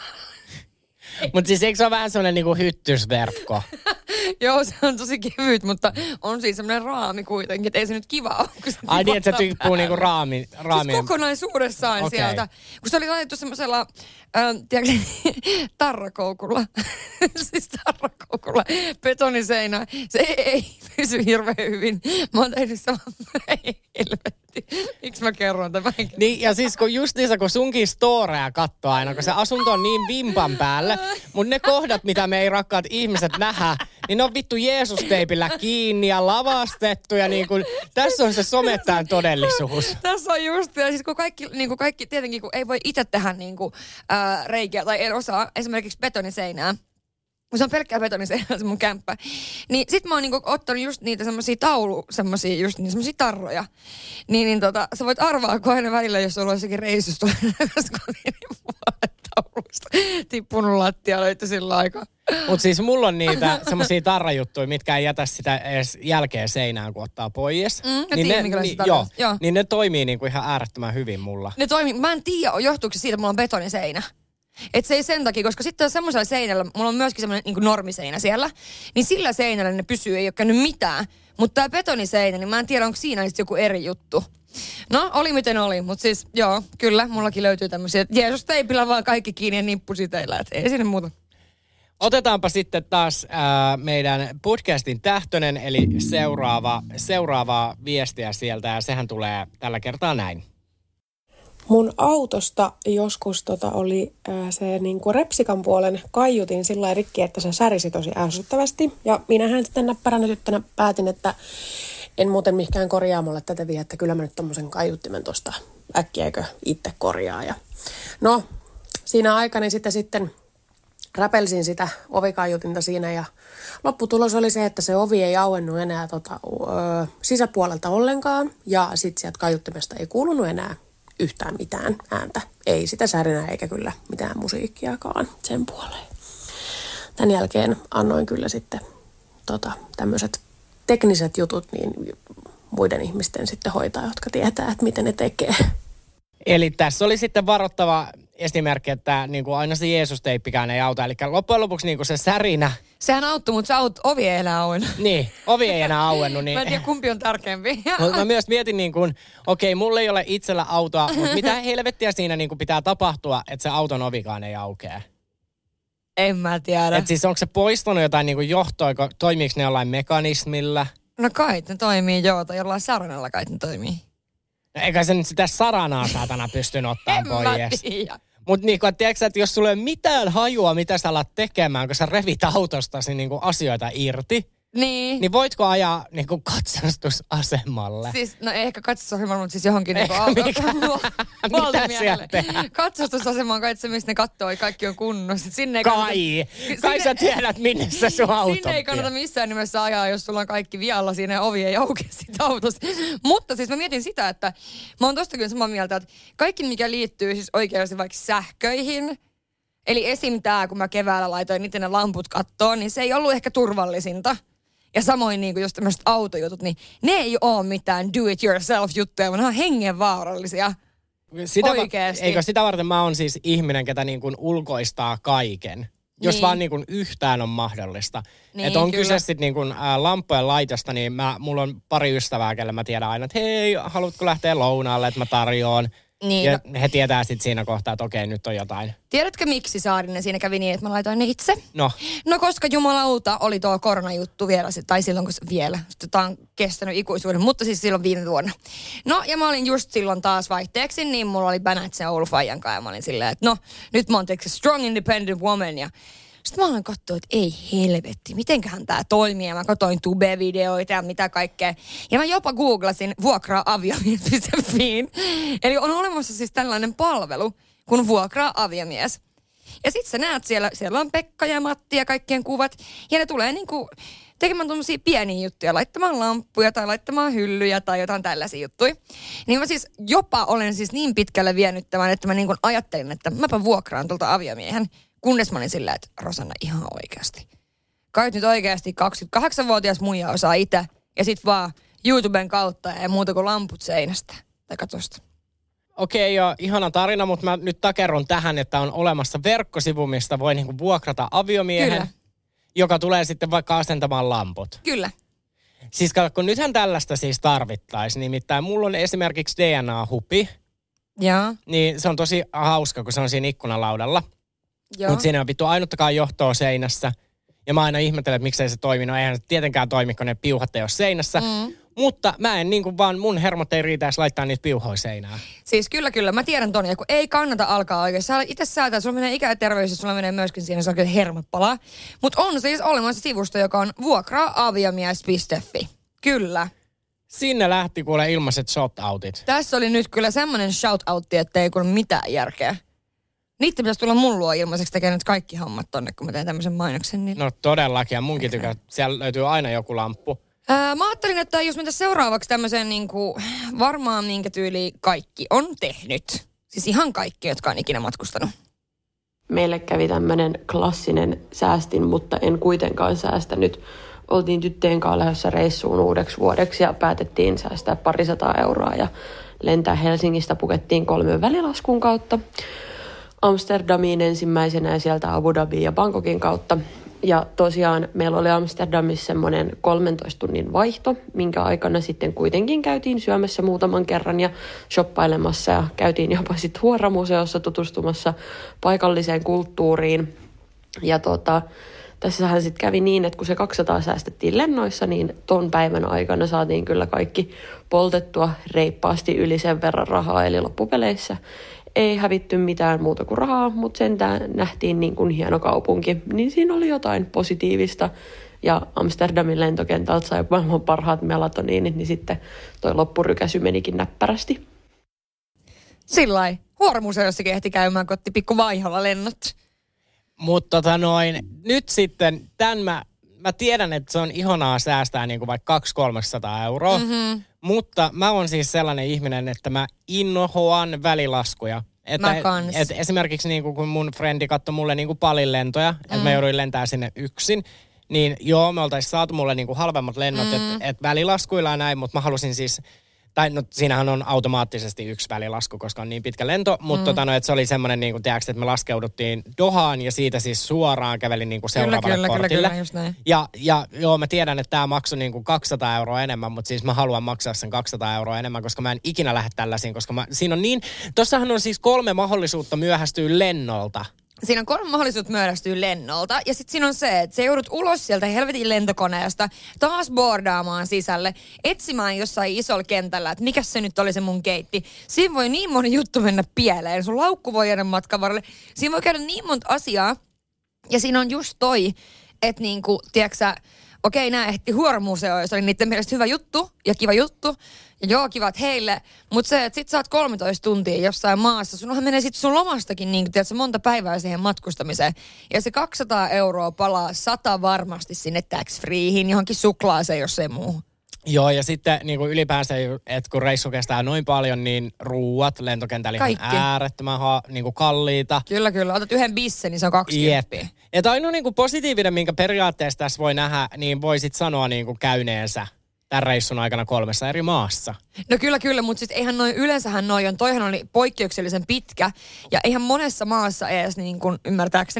Mutta siis eikö se ole vähän semmoinen niinku hyttysverkko? Joo, se on tosi kevyt, mutta on siis semmoinen raami kuitenkin, että ei se nyt kiva ole. Ai niin, että se tippuu niinku raamien. Siis kokonaisuudessaan sieltä. Kun se oli laitettu semmoisella, tiedätkö, tarrakoukulla. Siis tarrakoukulla. Betoniseinä. Se ei pysy hirveän hyvin. Mä oon tehnyt saman, ei helvetti. Miksi mä kerron tämän? Niin, ja siis kun just niissä, kun sunkin storeja katsoo aina, kun se asunto on niin vimpan päällä, mutta ne kohdat, mitä me ei rakkaat ihmiset nähdä, niin ne on vittu Jeesus-teipillä kiinni ja lavastettu ja niin kuin, tässä on se somettajan todellisuus. Tässä on just, ja siis kun kaikki tietenkin, kun ei voi itse tehdä reikiä tai en osaa esimerkiksi betoniseinää, kun se on pelkkää betoniseinää se mun kämppä, niin sit mä oon ottanut just niitä semmosia semmosia tarroja. Niin sä voit arvaa, kun aina välillä, jos sulla on jossakin reissussa tulee kotiin, niin taulusta tippunut lattia löytyi sillä aikaa. Mutta siis mulla on niitä semmosia tarrajuttuja, mitkä ei jätä sitä edes jälkeen seinään, kun ottaa pois. Niin ne toimii niinku ihan äärettömän hyvin mulla. Ne toimii. Mä en tiedä, johtuuko se siitä, että mulla on betoniseinä. Että se ei sen takia, koska sitten semmoisella seinällä, mulla on myöskin semmoinen niin normiseinä siellä, niin sillä seinällä ne pysyy, ei ole käynyt mitään. Mutta tää betoniseinä, niin mä en tiedä, onko siinä sitten joku eri juttu. No, oli miten oli, mutta siis joo, kyllä, mullakin löytyy tämmöisiä, että Jeesus-teipillä vaan kaikki kiinni ja nippusiteillä, että ei sinne muuta. Otetaanpa sitten taas meidän podcastin tähtönen, eli seuraava viestiä sieltä, ja sehän tulee tällä kertaa näin. Mun autosta joskus oli se niinku repsikan puolen kaiutin sillä rikki, että se särisi tosi ärsyttävästi. Ja minähän sitten näppäränä tyttönä päätin, että en muuten mihinkään korjaamolle tätä vie, että kyllä mä nyt tommosen kaiuttimen tosta äkkiäkö itse korjaa. Ja no, siinä aikana sitten räpelsin sitä ovikaiutinta siinä ja lopputulos oli se, että se ovi ei auennut enää sisäpuolelta ollenkaan ja sitten sieltä kaiuttimesta ei kuulunut enää yhtään mitään ääntä. Ei sitä särinää eikä kyllä mitään musiikkiakaan sen puoleen. Tämän jälkeen annoin kyllä sitten tämmöiset tekniset jutut niin muiden ihmisten sitten hoitaa, jotka tietää, että miten ne tekee. Eli tässä oli sitten varoittava esimerkki, että niin kuin aina se Jeesus-teippikään ei auta. Eli loppujen lopuksi niin kuin se särinä. Sehän auttoi, mutta ovi ei enää auennut. Niin, ovi ei enää auennut. Niin. Mä en tiedä, kumpi on tärkeämpi. Mä myös mietin, niin kuin, okei, mulla ei ole itsellä autoa, mutta mitä helvettiä siinä niin kuin pitää tapahtua, että se auton ovikaan ei aukea? En mä tiedä. Et siis onko se poistunut jotain niin kuin johtoa, toimiiko ne jollain mekanismilla? No kai ne toimii tai jollain saranalla kai ne toimii. No eikä se nyt sitä saranaa saatana pystyn ottaa pois. En mä tiedä. Mutta niin, tiedätkö, että jos sulla ei ole mitään hajua, mitä sä alat tekemään, kun sä revit autostasi niin kuin asioita irti, niin voitko ajaa niin kuin katsastusasemalle? Siis, no ehkä katsastusasemalle, mutta siis johonkin niin Mitä katsastusasemaan kai se, mistä ne katsoo, kaikki on kunnossa. Sinne Kai sä tiedät, minne se sun auto. Sinne ei kannata missään nimessä ajaa, jos sulla on kaikki vialla siinä ja ovi ei aukea siitä autosta. Mutta siis mä mietin sitä, että mä oon tosta kyllä samaa mieltä, että kaikki mikä liittyy siis oikeasti vaikka sähköihin, eli esim. Tää, kun mä keväällä laitoin niitä ne lamput kattoon, niin se ei ollut ehkä turvallisinta. Ja samoin niin kuin just tämmöiset autojutut, niin ne ei ole mitään do-it-yourself-juttuja, vaan ne on hengenvaarallisia. Oikeesti. Eikö sitä varten mä oon siis ihminen, ketä niin kuin ulkoistaa kaiken? jos vaan niin kuin yhtään on mahdollista. Niin, että on kyllä. kyse sitten niin kuin lamppujen laitosta, niin mulla on pari ystävää, kelle mä tiedän aina, että hei, haluatko lähteä lounaalle, että mä tarjoan. Niin, ja he tietää sitten siinä kohtaa, että okei, nyt on jotain. Tiedätkö miksi, Saarinen, siinä kävi niin, että mä laitoin ne itse? No Koska jumalauta oli tuo koronajuttu vielä, tai silloin kun vielä, tämä on kestänyt ikuisuuden, mutta siis silloin viime vuonna. No ja mä olin just silloin taas vaihteeksi, niin mulla oli bänät sen Oulu Fajan kanssa ja mä olin silleen, että nyt mä oon strong independent woman ja sitten mä aloin katsoa, että ei helvetti, mitenköhän tää toimii. Ja mä katsoin tube-videoita ja mitä kaikkea. Ja mä jopa googlasin vuokraa-aviomies.fiin. Eli on olemassa siis tällainen palvelu, kun vuokraa-aviomies. Ja sit sä näet siellä on Pekka ja Matti ja kaikkien kuvat. Ja ne tulee niinku tekemään tommosia pieniä juttuja, laittamaan lamppuja tai laittamaan hyllyjä tai jotain tällaisia juttuja. Niin mä siis jopa olen siis niin pitkälle vienyt tämän, että mä niinku ajattelin, että mäpä vuokraan tuolta aviomiehen. Kunnes mä olin silleen, että Rosanna ihan oikeasti. Kai nyt oikeasti 28-vuotias muija osaa itse ja sit vaan YouTuben kautta ja muuta kuin lamput seinästä tai katosta. Okei, joo, ihana tarina, mutta mä nyt takerron tähän, että on olemassa verkkosivu, mistä voi niinku vuokrata aviomiehen, Kyllä. joka tulee sitten vaikka asentamaan lamput. Kyllä. Siis kun nythän tällaista siis tarvittaisiin, nimittäin mulla on esimerkiksi DNA-hupi, Joo. niin se on tosi hauska, kun se on siinä ikkunalaudalla. Mutta siinä on vittu ainuttakaan johtoa seinässä. Ja mä aina ihmettelen, että miksei se toimi. No eihän se tietenkään toimi, kun ne piuhat ei ole seinässä. Mutta mä en vaan mun hermot ei riitä edes laittaa niitä piuhoja seinään. Siis kyllä. Mä tiedän ton, kun ei kannata alkaa oikein. Sä itse säätää, sulla menee ikä ja terveys ja sulla menee myöskin siinä, se oikein hermot palaa. Mutta on siis olemassa sivusto, joka on vuokraaviomies.fi. Kyllä. Sinne lähti kuule ilmaiset shout-outit. Tässä oli nyt kyllä semmoinen shout-outti, että ei kuule mitään järkeä. Niitä pitäisi tulla mun luo ilmaiseksi tekemään nyt kaikki hommat tonne, kun mä teen tämmöisen mainoksen. Niin. No todellakin, ja munkin tykkää. Siellä löytyy aina joku lamppu. Mä ajattelin, että jos mitä seuraavaksi tämmöiseen niinku, varmaan minkä tyyli kaikki on tehnyt. Siis ihan kaikki, jotka on ikinä matkustanut. Meille kävi tämmöinen klassinen säästin, mutta en kuitenkaan säästänyt. Oltiin tyttöjen kanssa lähdössä reissuun uudeksi vuodeksi ja päätettiin säästää 200 euroa ja lentää Helsingistä pukettiin 3 välilaskun kautta. Amsterdamiin ensimmäisenä ja sieltä Abu Dhabiin ja Bangkokin kautta. Ja tosiaan meillä oli Amsterdamissa semmoinen 13 tunnin vaihto, minkä aikana sitten kuitenkin käytiin syömässä muutaman kerran ja shoppailemassa ja käytiin jopa sitten Huora-museossa tutustumassa paikalliseen kulttuuriin. Ja tässähän sitten kävi niin, että kun se 200 säästettiin lennoissa, niin ton päivän aikana saatiin kyllä kaikki poltettua reippaasti yli sen verran rahaa, eli loppupeleissä ei hävitty mitään muuta kuin rahaa, mutta sentään nähtiin niin kuin hieno kaupunki. Niin siinä oli jotain positiivista. Ja Amsterdamin lentokentältä sai maailman parhaat melatoniinit, niin sitten toi loppurykäsy menikin näppärästi. Sillain. Huora-museossakin ehti käymään, kun otti pikku vaiholla lennot. Mutta nyt sitten mä tiedän, että se on ihanaa säästää niin kuin vaikka 200-300 euroa. Mm-hmm. Mutta mä oon siis sellainen ihminen, että mä inhoan välilaskuja. Mä kans. Että esimerkiksi niin kun mun frendi katsoi mulle niin kuin paljon lentoja, että mä jouduin lentää sinne yksin, niin joo, me oltaisiin saatu mulle niin kuin halvemmat lennot, että välilaskuilla ja näin, mutta mä halusin siis, tai no siinähän on automaattisesti yksi välilasku, koska on niin pitkä lento, mutta että se oli semmoinen, niin kuin tiedätkö, että me laskeuduttiin Dohaan ja siitä siis suoraan kävelin niin kuin seuraavalle portille. Kyllä, just näin. Ja joo, mä tiedän, että tämä maksoi niin kuin 200 euroa enemmän, mutta siis mä haluan maksaa sen 200 euroa enemmän, koska mä en ikinä lähde tällaisiin, koska siinä on niin, tossahan on siis 3 mahdollisuutta myöhästyä lennolta. Siinä on 3 mahdollisuutta myöhästyä lennolta. Ja sitten siinä on se, että sä joudut ulos sieltä helvetin lentokoneesta, taas boardaamaan sisälle, etsimään jossain isolla kentällä, että mikä se nyt oli se mun keitti. Siinä voi niin moni juttu mennä pieleen. Sun laukku voi jäädä matkan varrelle. Siinä voi käydä niin monta asiaa. Ja siinä on just toi, että niinku, tiedätkö sä, okei, nää ehti Huora-museoon, se oli niiden mielestä hyvä juttu ja kiva juttu. Ja joo, kivat heille. Mutta se, että sit sä oot 13 tuntia jossain maassa, sunhan menee sit sun lomastakin niin, tiedätkö, monta päivää siihen matkustamiseen. Ja se 200 euroa palaa 100 varmasti sinne tax-freehin, johonkin suklaaseen, jos ei muuhun. Joo, ja sitten niin kuin ylipäänsä, että kun reissu kestää noin paljon, niin ruuat lentokentällä ihan äärettömän niin kuin kalliita. Kyllä. Otat yhden bissen, niin se on 20. Jep. Ja ainoa niin kuin positiivinen, minkä periaatteessa tässä voi nähdä, niin voi sit sanoa niin kuin käyneensä tämän reissun aikana 3 eri maassa. No kyllä, mutta siis eihän noin, yleensähän toihan oli poikkeuksellisen pitkä, ja eihän monessa maassa edes niin kuin ymmärtääkseni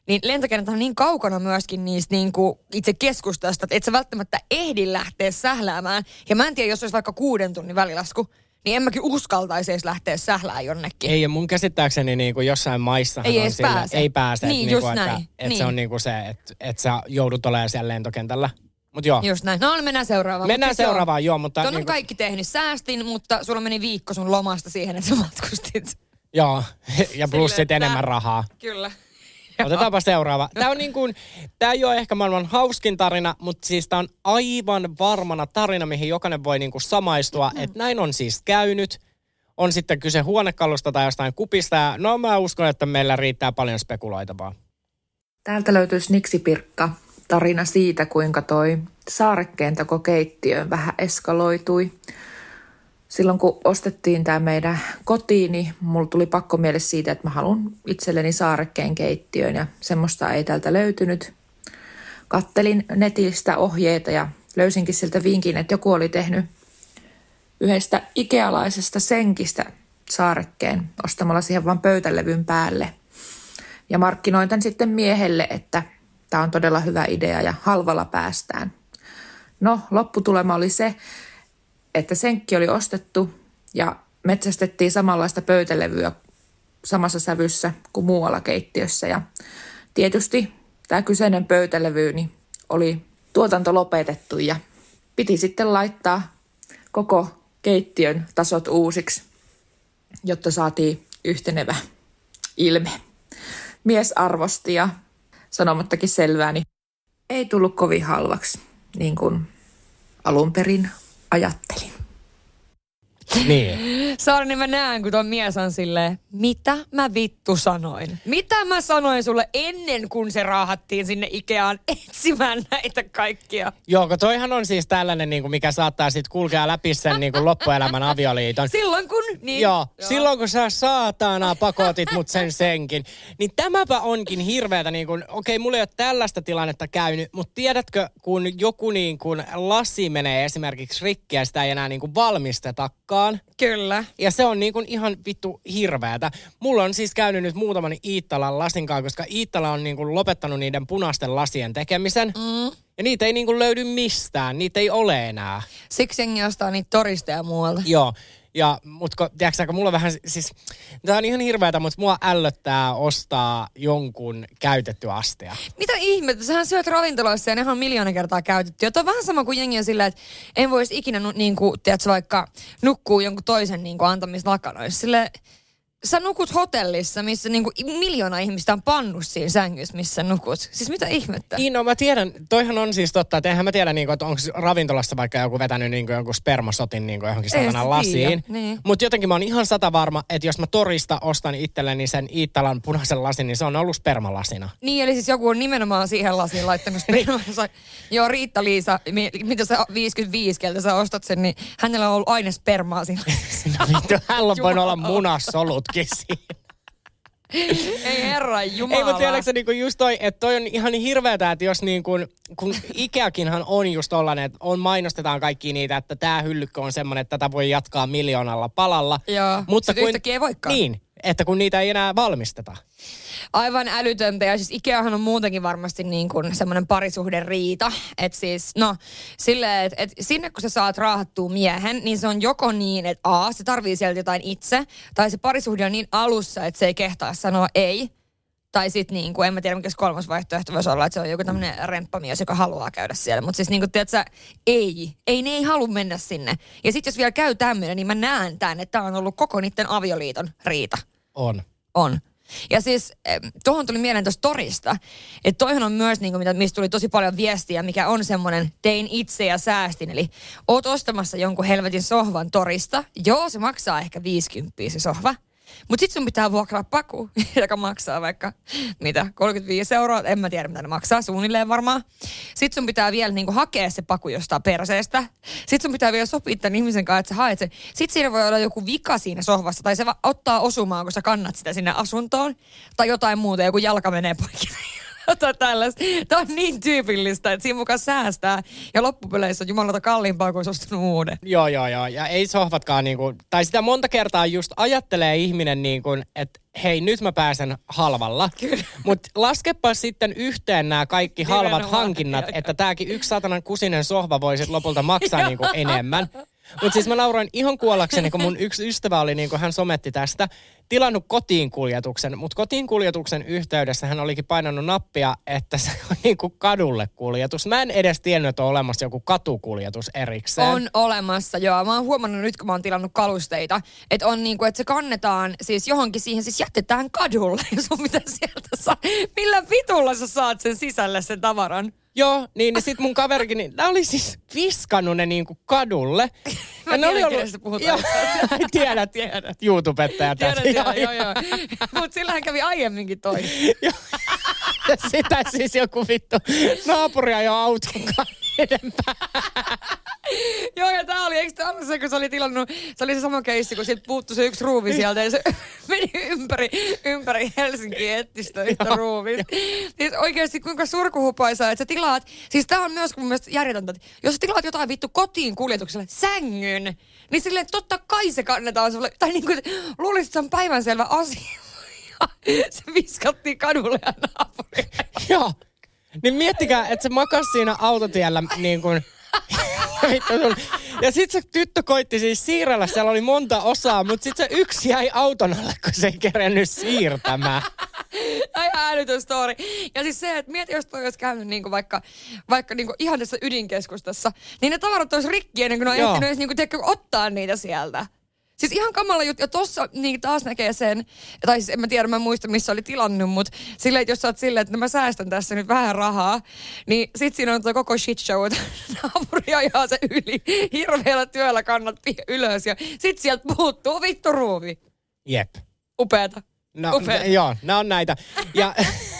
niin lentokentät on niin kaukana myöskin niistä niinku itse keskustasta, että et sä välttämättä ehdi lähteä sähläämään. Ja mä en tiedä, jos olisi vaikka 6 tunnin välilasku, niin en mäkin uskaltaisi edes lähteä sählään jonnekin. Ei, ja mun käsittääkseni niinku jossain maissahan ei on edes sillä, pääse. ei pääse. Niin, niinku, just näin. että Niin. se on niinku se, että sä joudut olemaan siellä lentokentällä. Mut joo. Just näin. No mennään seuraavaan. Mennään seuraavaan, joo, mutta... Tuon on kaikki tehnyt. Säästin, mutta sulla meni viikko sun lomasta siihen, että sä matkustit. Joo, ja plus sit enemmän rahaa. Kyllä. Otetaanpa seuraava. Tää on niin kuin, tää ei ole ehkä maailman hauskin tarina, mutta siis tää on aivan varmana tarina, mihin jokainen voi niin kuin samaistua, että näin on siis käynyt. On sitten kyse huonekalusta tai jostain kupista ja no mä uskon, että meillä riittää paljon spekuloitavaa. Täältä löytyy Sniksipirkka. Tarina siitä, kuinka toi saarekkeentakokeittiö vähän eskaloitui. Silloin kun ostettiin tämä meidän kotiin, niin mulla tuli pakkomielle siitä, että mä haluan itselleni saarekkeen keittiöön ja semmoista ei täältä löytynyt. Kattelin netistä ohjeita ja löysinkin sieltä vinkin, että joku oli tehnyt yhdestä ikealaisesta senkistä saarekkeen ostamalla siihen vaan pöytälevyn päälle. Ja markkinoin tämän sitten miehelle, että tämä on todella hyvä idea ja halvalla päästään. No, lopputulema oli se, että senkki oli ostettu ja metsästettiin samanlaista pöytälevyä samassa sävyssä kuin muualla keittiössä. Ja tietysti tämä kyseinen pöytälevy niin oli tuotanto lopetettu ja piti sitten laittaa koko keittiön tasot uusiksi, jotta saatiin yhtenevä ilme. Mies arvosti ja sanomattakin selvää, niin ei tullut kovin halvaksi, niin kuin alun perin ajattelin. Niin. Saari, niin mä näen, kun tuo mies on silleen, mitä mä vittu sanoin? Mitä mä sanoin sulle ennen kuin se raahattiin sinne Ikeaan etsimään näitä kaikkia? Joo, kun toihan on siis tällainen, niin kuin mikä saattaa sitten kulkea läpi sen niin kuin loppuelämän avioliiton. Silloin kun... Niin, joo, silloin kun sä saatana pakotit mut sen senkin. Niin tämäpä onkin hirveätä, niin kuin, okei, mulla ei ole tällaista tilannetta käynyt, mutta tiedätkö, kun joku niin kuin lasi menee esimerkiksi rikki ja sitä ei enää niin kuin valmistetakaan. Kyllä. Ja se on niin kuin ihan vittu hirveätä. Mulla on siis käynyt nyt muutaman Iittalan lasinkaan, koska Iittala on niin kuin lopettanut niiden punaisten lasien tekemisen. Ja niitä ei niin kuin löydy mistään. Niitä ei ole enää. Siksi jengi ostaa niitä toristeja muualta. Joo. Ja, mutta tiedätkö, mulla vähän, siis, tää on ihan hirveätä, mutta mua ällöttää ostaa jonkun käytetty astia. Mitä ihmettä? Sähän syöt ravintoloissa ja nehän on 1,000,000 kertaa käytetty. Ja toi on vähän sama kuin jengi on sillä, että en voisi ikinä, niinku, tiedätkö, vaikka nukkuu jonkun toisen niinku, antamissa lakanoissa. Silleen, sä nukut hotellissa, missä niinku 1,000,000 ihmistä on pannut siinä sängyssä, missä nukut. Siis mitä ihmettä? Niin, no mä tiedän, toihan on siis totta, että eihän mä tiedä, niinku, että onko ravintolassa vaikka joku vetänyt niinku, jonkun spermasotin niinku, johonkin satana lasiin. Niin. Mutta jotenkin mä oon ihan satavarma, että jos mä torista ostan itselleni sen Iittalan punaisen lasin, niin se on ollut spermalasina. Niin, eli siis joku on nimenomaan siihen lasiin laittanut spermalasina. Joo, Riitta-Liisa, mitä sä 55, keltä sä ostat sen, niin hänellä on ollut aina spermaa siinä. Vittu, hänellä on voinut olla munasolutkin siinä. Ei herran jumala. Ei, mutta tiedätkö niinku just toi, että toi on ihan hirveetä, että jos niin kun Ikeakinhan on just tollanen, että mainostetaan kaikki niitä, että tää hyllykkö on semmoinen, että tätä voi jatkaa 1,000,000 palalla. Joo, mutta kun yhtäkkiä ei voikaan. Niin, että kun niitä ei enää valmisteta. Aivan älytöntä. Ja siis Ikeahan on muutenkin varmasti niin kuin semmoinen parisuhderiita. Että siis, no, silleen, että sinne kun sä saat raahattua miehen, niin se on joko niin, että se tarvii sieltä jotain itse, tai se parisuhde on niin alussa, että se ei kehtaa sanoa ei. Tai sitten niin kuin, en mä tiedä mikä se kolmas vaihtoehto voisi olla, että se on joku tämmöinen remppamies, joka haluaa käydä siellä. Mutta siis niin kuin, tiedätkö, ne ei halua mennä sinne. Ja sitten jos vielä käy tämmöinen, niin mä näen tämän, että tämä on ollut koko niiden avioliiton riita. On. Ja siis tuohon tuli mieleen tuosta torista, että toihan on myös, niin kuin, mistä tuli tosi paljon viestiä, mikä on semmoinen tein itse ja säästin. Eli oot ostamassa jonkun helvetin sohvan torista. Joo, se maksaa ehkä 50 se sohva. Mutta sit sun pitää vuokraa paku, joka maksaa vaikka, 35 €. En mä tiedä, mitä ne maksaa, suunnilleen varmaan. Sit sun pitää vielä niinku hakea se paku jostain perseestä. Sit sun pitää vielä sopia tämän ihmisen kanssa, että sä haet sen. Sit siinä voi olla joku vika siinä sohvassa, tai se ottaa osumaan, kun sä kannat sitä sinne asuntoon. Tai jotain muuta, joku jalka menee poikki. Tämä on niin tyypillistä, että siinä mukaan säästää ja loppupeleissä on jumalata kalliimpaa kuin ostunut uuden. Joo. Ja ei sohvatkaan niinku, tai sitä monta kertaa just ajattelee ihminen niinku, että hei, nyt mä pääsen halvalla. Mutta laskepa sitten yhteen nämä kaikki halvat hankinnat, että tääkin yksi satanan kusinen sohva voi sit lopulta maksaa niinku enemmän. Mutta siis mä nauroin ihan kuollakseni, kun mun yksi ystävä oli, niin kuin hän sometti tästä, tilannut kotiinkuljetuksen. Mutta kotiinkuljetuksen yhteydessä hän olikin painanut nappia, että se on niin kuin kadulle kuljetus. Mä en edes tiennyt, että on olemassa joku katukuljetus erikseen. On olemassa, joo. Mä oon huomannut nyt, kun mä oon tilannut kalusteita, että on niin kuin, että se kannetaan siis johonkin siihen, siis jätetään kadulle, jos on mitä sieltä saa. Millä vitulla sä saat sen sisälle sen tavaran? Joo, niin sit mun kaverikin, niin nämä oli siis viskannut ne niinku kadulle. Mä tiedän, kenestä puhutaan. Tiedät, YouTubettajat. Tiedän, joo. Mut sillähän kävi aiemminkin toi. Ja sitä siis joku vittu naapuria jo autonkaan edempää. Joo, ja tää oli, eikö tää ollut se, kun se oli tilannut, se oli se sama keissi, kun siltä puuttui se yksi ruuvi sieltä ja se meni ympäri Helsinkiä ettistä yhtä ruuvia. Siis oikeesti kuinka surkuhupaisaa, että sä tilaat, siis tää on myös mun mielestä järjetöntä, että jos sä tilaat jotain vittu kotiin kuljetukselle sängyn, niin silleen totta kai se kannetaan sulle, tai niinku luulisit, että se on päivänselvä asia. Se viskattiin kadulle ja naapurille. Joo, niin miettikää, että se makas siinä autotiellä niin kuin... Ja sit se tyttö koitti siis siirrellä, siellä oli monta osaa, mutta sit se yksi jäi auton alle, kun se ei kerennyt siirtämään. Ihan älytön story. Ja siis se, että mieti, jos toi olisi käynyt niinku vaikka niinku ihan tässä ydinkeskustassa, niin ne tavarat olisi rikki ennen kuin ne on ehtinyt edes niinku, ottaa niitä sieltä. Siis ihan kamala juttu. Ja tossa niin taas näkee sen, tai siis en mä tiedä, mä en muista missä oli tilannut, mutta silleen, että jos sä oot silleen, että mä säästän tässä nyt vähän rahaa, niin sit siinä on tuo koko shit show, että naapuri ajaa se yli, hirveällä työllä kannat ylös ja sit sieltä puuttuu vittu ruuvi. Jep. Upeata. No, joo, nämä on näitä. Ja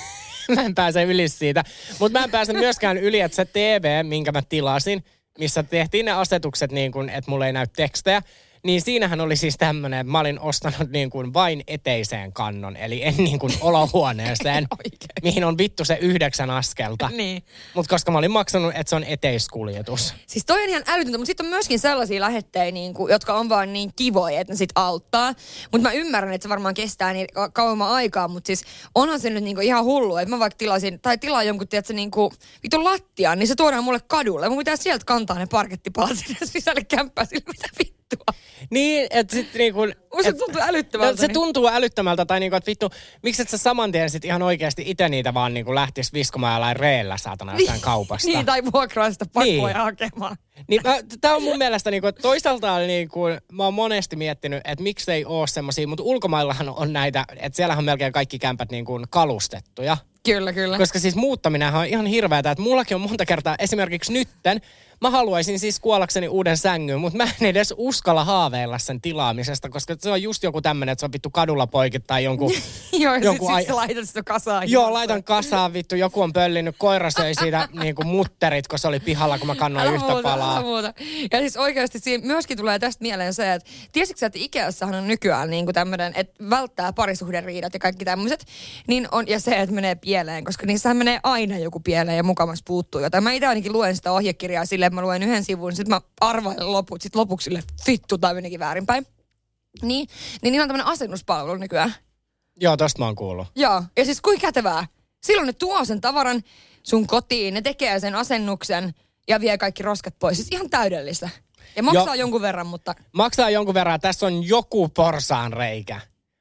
mä en pääse yli siitä. Mutta mä en pääse myöskään yli, että se TV, minkä mä tilasin, missä tehtiin ne asetukset niin kun, että mulla ei näy tekstejä, niin siinähän oli siis tämmöinen, että mä olin ostanut niin kuin vain eteiseen kannon, eli en niin kuin olohuoneeseen, mihin on vittu se 9 askelta. Niin. Mutta koska mä olin maksanut, että se on eteiskuljetus. Siis toi on ihan älytöntä, mutta sitten on myöskin sellaisia lähettejä, niin kuin, jotka on vaan niin kivoja, että ne sit auttaa. Mutta mä ymmärrän, että se varmaan kestää niin kauemman aikaa, mutta siis onhan se nyt niin kuin ihan hullu, että mä vaikka tilaan jonkun, tiedätkö, niin kuin vitun lattiaan, niin se tuodaan mulle kadulle. Mun pitää sieltä kantaa ne parkettipalat sinne sisälle kämppää sille, mitä vittua. Niin, että sitten niinku... Se tuntuu älyttömältä. Se tuntuu älyttömältä, tai niinku, että vittu, miksi et sä saman tien sit ihan oikeasti itse niitä vaan niinku lähtis viskomaan jollain reellä saatana jostain kaupasta. Niin, tai vuokraa sitä pakkoja hakemaan. Niin, tää on mun mielestä niinku, että toisaalta niinku, mä oon monesti miettinyt, että miksi ei oo semmosia, mutta ulkomaillahan on näitä, että siellähän on melkein kaikki kämpät niinku kalustettuja. Kyllä. Koska siis muuttaminenhan on ihan hirveätä, että mullakin on monta kertaa, esimerkiksi nytten, mä haluaisin siis kuollakseni uuden sängyn, mutta mä en edes uskalla haaveilla sen tilaamisesta, koska se on just joku tämmönen, että se on vittu kadulla poikit tai jonkun... Joo, ja sit sä laitat sitä kasaan. Joo, laitan kasaan vittu, joku on pöllinyt, koira söi siitä niinku mutterit, kun se oli pihalla, kun mä kannoin yhtä palaa. Muuta. Ja siis oikeasti siinä myöskin tulee tästä mieleen se, että tiesitkö sä, että Ikeassahan on nykyään niinku tämmönen, että välttää parisuhderiidat ja kaikki tämmöiset, niin on, ja se, että menee pieleen, koska niissähän menee aina joku pieleen ja mukamassa puuttuu jotain. Mä itse ainakin luen sitä ohjekirjaa silleen, mä luen yhden sivun, sit mä arvailen loput, sit lopuksi silleen, vittu, tai menikin väärinpäin. Niin niillä on tämmönen asennuspalvelu nykyään. Joo, tosta mä oon kuullut. Joo, ja siis kuinka kätevää. Silloin ne tuo sen tavaran sun kotiin, ne tekee sen asennuksen ja vie kaikki roskat pois. Siis ihan täydellistä. Ja maksaa jonkun verran, mutta... Maksaa jonkun verran, tässä on joku porsaanreikä.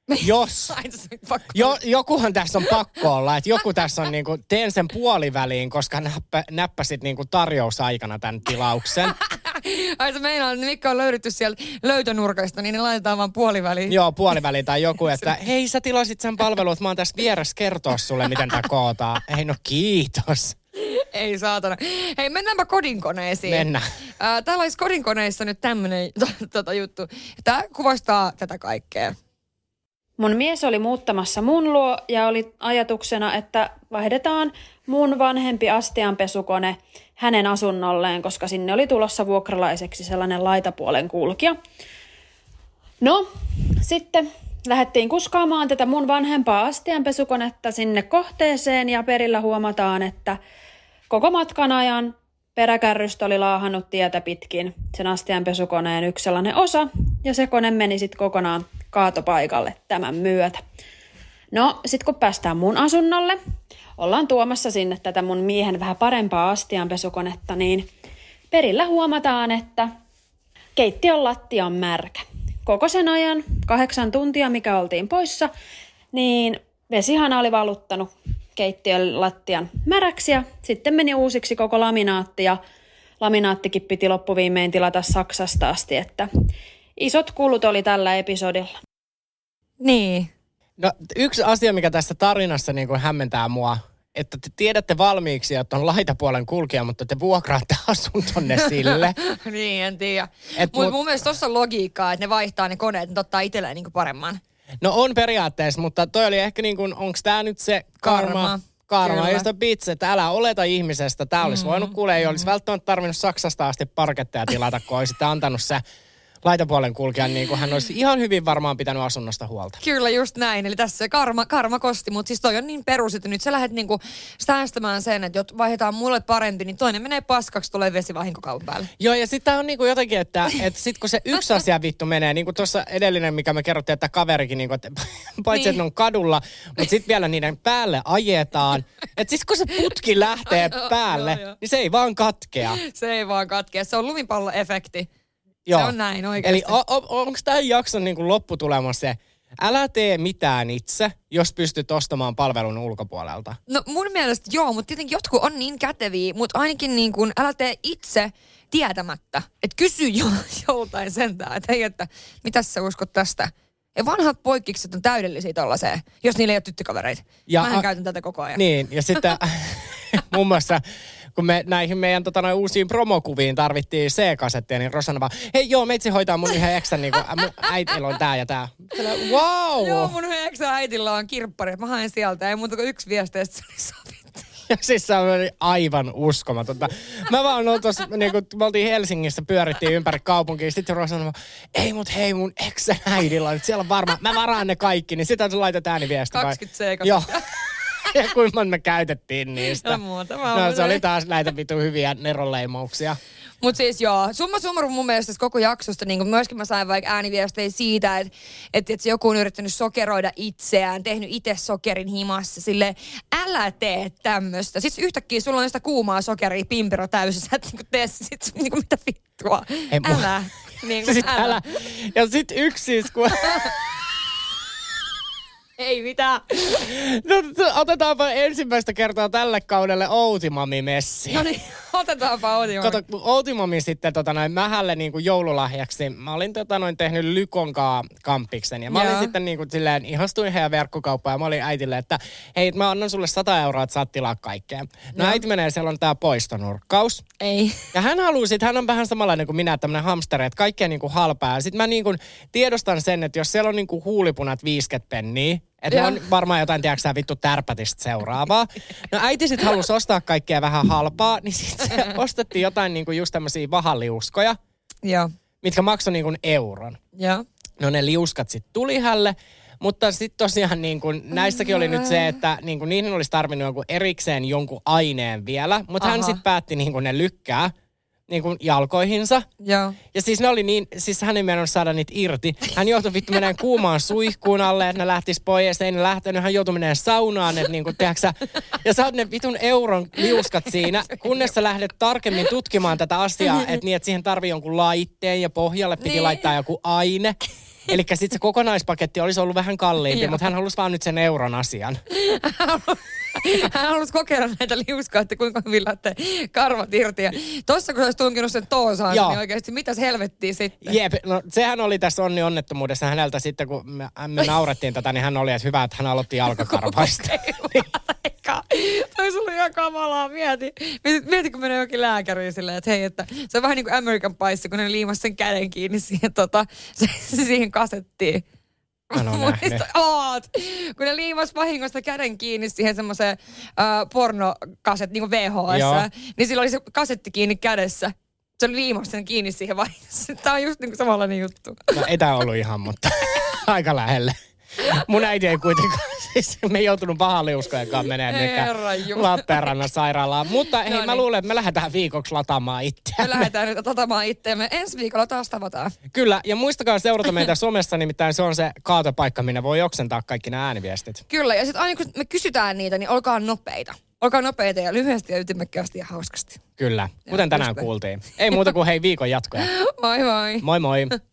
Jos. Jokuhan tässä on pakko olla, että joku tässä on niinku, teen sen puoliväliin, koska näppäsit niinku tarjousaikana tämän tilauksen. Ai se meinaa, että Mikko on löydetty sieltä löytönurkasta, niin ne laitetaan vaan puoliväliin. Joo, puoliväliin tai joku, että hei sä tilasit sen palvelun, että mä oon tässä vieressä kertoa sulle, miten tää kootaan. Ei no kiitos. Ei saatana. Hei, mennäänpä kodinkoneisiin. Mennään. Täällä olisi kodinkoneissa nyt tämmönen juttu. Tää kuvastaa tätä kaikkea. Mun mies oli muuttamassa mun luo ja oli ajatuksena, että vaihdetaan mun vanhempi astianpesukone hänen asunnolleen, koska sinne oli tulossa vuokralaiseksi sellainen laitapuolen kulkija. No, sitten lähdettiin kuskaamaan tätä mun vanhempaa astianpesukonetta sinne kohteeseen ja perillä huomataan, että koko matkan ajan peräkärrystä oli laahannut tietä pitkin sen astianpesukoneen yksi sellainen osa ja se kone meni sitten kokonaan kaatopaikalle tämän myötä. No sit kun päästään mun asunnolle, ollaan tuomassa sinne tätä mun miehen vähän parempaa astianpesukonetta, niin perillä huomataan, että keittiön lattia on märkä. Koko sen ajan, 8 tuntia, mikä oltiin poissa, niin vesihana oli valuttanut keittiön lattian märäksi ja sitten meni uusiksi koko laminaatti ja laminaattikin piti loppuviimein tilata Saksasta asti, että isot kulut oli tällä episodilla. Niin. No yksi asia, mikä tässä tarinassa niin kuin hämmentää mua, että te tiedätte valmiiksi, että on laitapuolen kulkija, mutta te vuokraatte asuntonne sille. Niin, en tiedä. Mutta mun mielestä tuossa on logiikkaa, että ne vaihtaa ne koneet, ne ottaa itselleen niin kuin paremman. No on periaatteessa, mutta toi oli ehkä niin kuin, onko tämä nyt se karma josta bitse, että älä oleta ihmisestä. Tää olisi voinut kuulee, ei olisi välttämättä tarvinnut Saksasta asti parketteja tilata, kun olisi sitten antanut se laitapuolen kulkijan, niin kuin hän olisi ihan hyvin varmaan pitänyt asunnosta huolta. Kyllä, just näin. Eli tässä se karma kosti, mutta siis toi on niin perus, että nyt sä lähdet niinku säästämään sen, että jos vaihdetaan mulle parempi, niin toinen menee paskaksi, tulee vesivahinkokaupan päälle. Joo, ja sitten on niinku jotenkin, että sit kun se yksi asia vittu menee, niin kuin tuossa edellinen, mikä me kerrottiin, että kaverikin, niinku, että paitsi että ne on kadulla, mutta sitten vielä niiden päälle ajetaan. Että siis kun se putki lähtee päälle, niin se ei vaan katkea. Se ei vaan katkea, se on lumipalloefekti. Joo. Se on näin oikeasti. Eli onko tämän jakson niin kuin lopputulema se, älä tee mitään itse, jos pystyt ostamaan palvelun ulkopuolelta? No mun mielestä joo, mutta tietenkin jotkut on niin käteviä, mutta ainakin niin kuin älä tee itse tietämättä. Että kysy joltain sentään, että hei, että mitäs sä uskot tästä? Ja vanhat poikkikset on täydellisiä tollaiseen, jos niillä ei ole tyttökavereita. Mähän käytän tätä koko ajan. Niin, ja sitten muun muassa kun me näihin meidän uusiin promokuviin tarvittiin C-kasetteja, niin Rosanna vaan, hei joo, meitsi hoitaa mun yhden eksän, niin kuin mun äitillä on tää ja tää. Wow! Joo, mun yhden eksän äitillä on kirppari, mä haen sieltä, ei muuta kuin yksi viesti, ja se oli sovittu. Ja siis se oli aivan uskomatonta. Mä vaan tuossa, niin kun me oltiin Helsingissä, pyörittiin ympäri kaupunkia, sitten Rosanna vaan, ei mut hei mun eksän äidillä on, siellä on varmaan, mä varaan ne kaikki, niin sitten laitat ääniviesti. 20 C-kasetteja. Joo. Ja kuinka me käytettiin niistä. No se oli taas näitä vitu hyviä neronleimauksia. Mutta siis joo, summa summarum mun mielestä koko jaksosta, niin myöskin mä sain vaikka ääniviestejä siitä, että joku on yrittänyt sokeroida itseään, tehnyt itse sokerin himassa, silleen, älä tee tämmöstä. Sitten yhtäkkiä sulla on sitä kuumaa sokeria, pimpero täysin, sä et niinku tee sit niinku mitä vittua. Älä. Niinku, siis älä. Ja sit yksi siis, kun... Ei mitään. No, otetaanpa ensimmäistä kertaa tälle kaudelle Outimami-messi. No niin, otetaanpa Outimami. Kato, Outimami sitten mähälle niin kuin joululahjaksi. Mä olin tehnyt Lykonkaa kampiksen. Ja mä olin sitten niin kuin, silleen, ihastuin heidän verkkokauppaan. Ja mä olin äitille, että hei, mä annan sulle 100 euroa, että saat tilaa kaikkea. No äiti menee, siellä on tää poistonurkkaus. Ei. Ja hän haluaa sit, hän on vähän samanlainen kuin minä, tämmönen hamsteri, että kaikkea niin kuin halpaa. Ja sit mä niin kuin tiedostan sen, että jos siellä on niin kuin huulipunat 50 penniä, että on varmaan jotain, tiedätkö vittu tärpätistä seuraavaa. No äiti sit halusi ostaa kaikkea vähän halpaa, niin sit se ostettiin jotain niinku just tämmösiä vahaliuskoja, mitkä maksoi niinku euron. Ja. No ne liuskat sit tuli hälle, mutta sit tosiaan niinku, näissäkin oli nyt se, että niinku, niihin olisi tarvinnut jonkun erikseen jonkun aineen vielä, mutta hän sit päätti niinku ne lykkää niin kuin jalkoihinsa. Joo. Ja siis ne oli niin, siis hän ei mennyt saada niitä irti. Hän joutui vittu menemään kuumaan suihkuun alle, että ne lähtis pois, ei ne lähtenyt. Hän joutui menemään saunaan, että niin kuin, tiedätkö, ja saat ne vitun euron liuskat siinä, kunnes sä lähdet tarkemmin tutkimaan tätä asiaa, että niin, että siihen tarvii jonkun laitteen ja pohjalle piti laittaa joku aine. Eli sitten se kokonaispaketti olisi ollut vähän kalliimpi, mutta hän halusi vaan nyt sen euron asian. Hän halusi kokeilla näitä liuskaa, että kuinka hyvin lähtee karvat irti. Ja tossa kun se olisi tunkinut sen toosaan, niin oikeasti mitäs helvettiä sitten? Jep, no sehän oli tässä onni-onnettomuudessa häneltä sitten, kun me naurettiin tätä, niin hän oli, että hyvä, että hän aloitti jalkakarvaista. Toi sulla ihan kamalaa, mieti kun menee jokin lääkäriin silleen, että hei, että se on vähän niin kuin American Pieissa, kun ne liimasi sen käden kiinni siihen, siihen kasettiin. Kun ne liimas vahingosta käden kiinni siihen semmoiseen pornokaset, niin kuin VHS, niin sillä oli se kasetti kiinni kädessä. Se oli liimas sen kiinni siihen vahingossa. Tämä on just niin kuin samanlainen juttu. No ei tämä ollut ihan, mutta aika lähelle. Mun äiti ei kuitenkaan, siis me ei joutunut pahaliuskojenkaan menemään Lappeenrannan sairaalaan. Mutta hei, mä luulen, että me lähdetään viikoksi lataamaan itseämme. Me lähdetään nyt lataamaan itseämme. Ensi viikolla taas tavataan. Kyllä, ja muistakaa seurata meitä somessa, nimittäin se on se kaatopaikka, minne voi oksentaa kaikki nämä ääniviestit. Kyllä, ja sitten aina kun me kysytään niitä, niin olkaa nopeita. Olkaa nopeita ja lyhyesti ja ytimekkäästi ja hauskasti. Kyllä, kuten tänään kuultiin. Ei muuta kuin hei viikon jatkoja. Moi moi. Moi moi.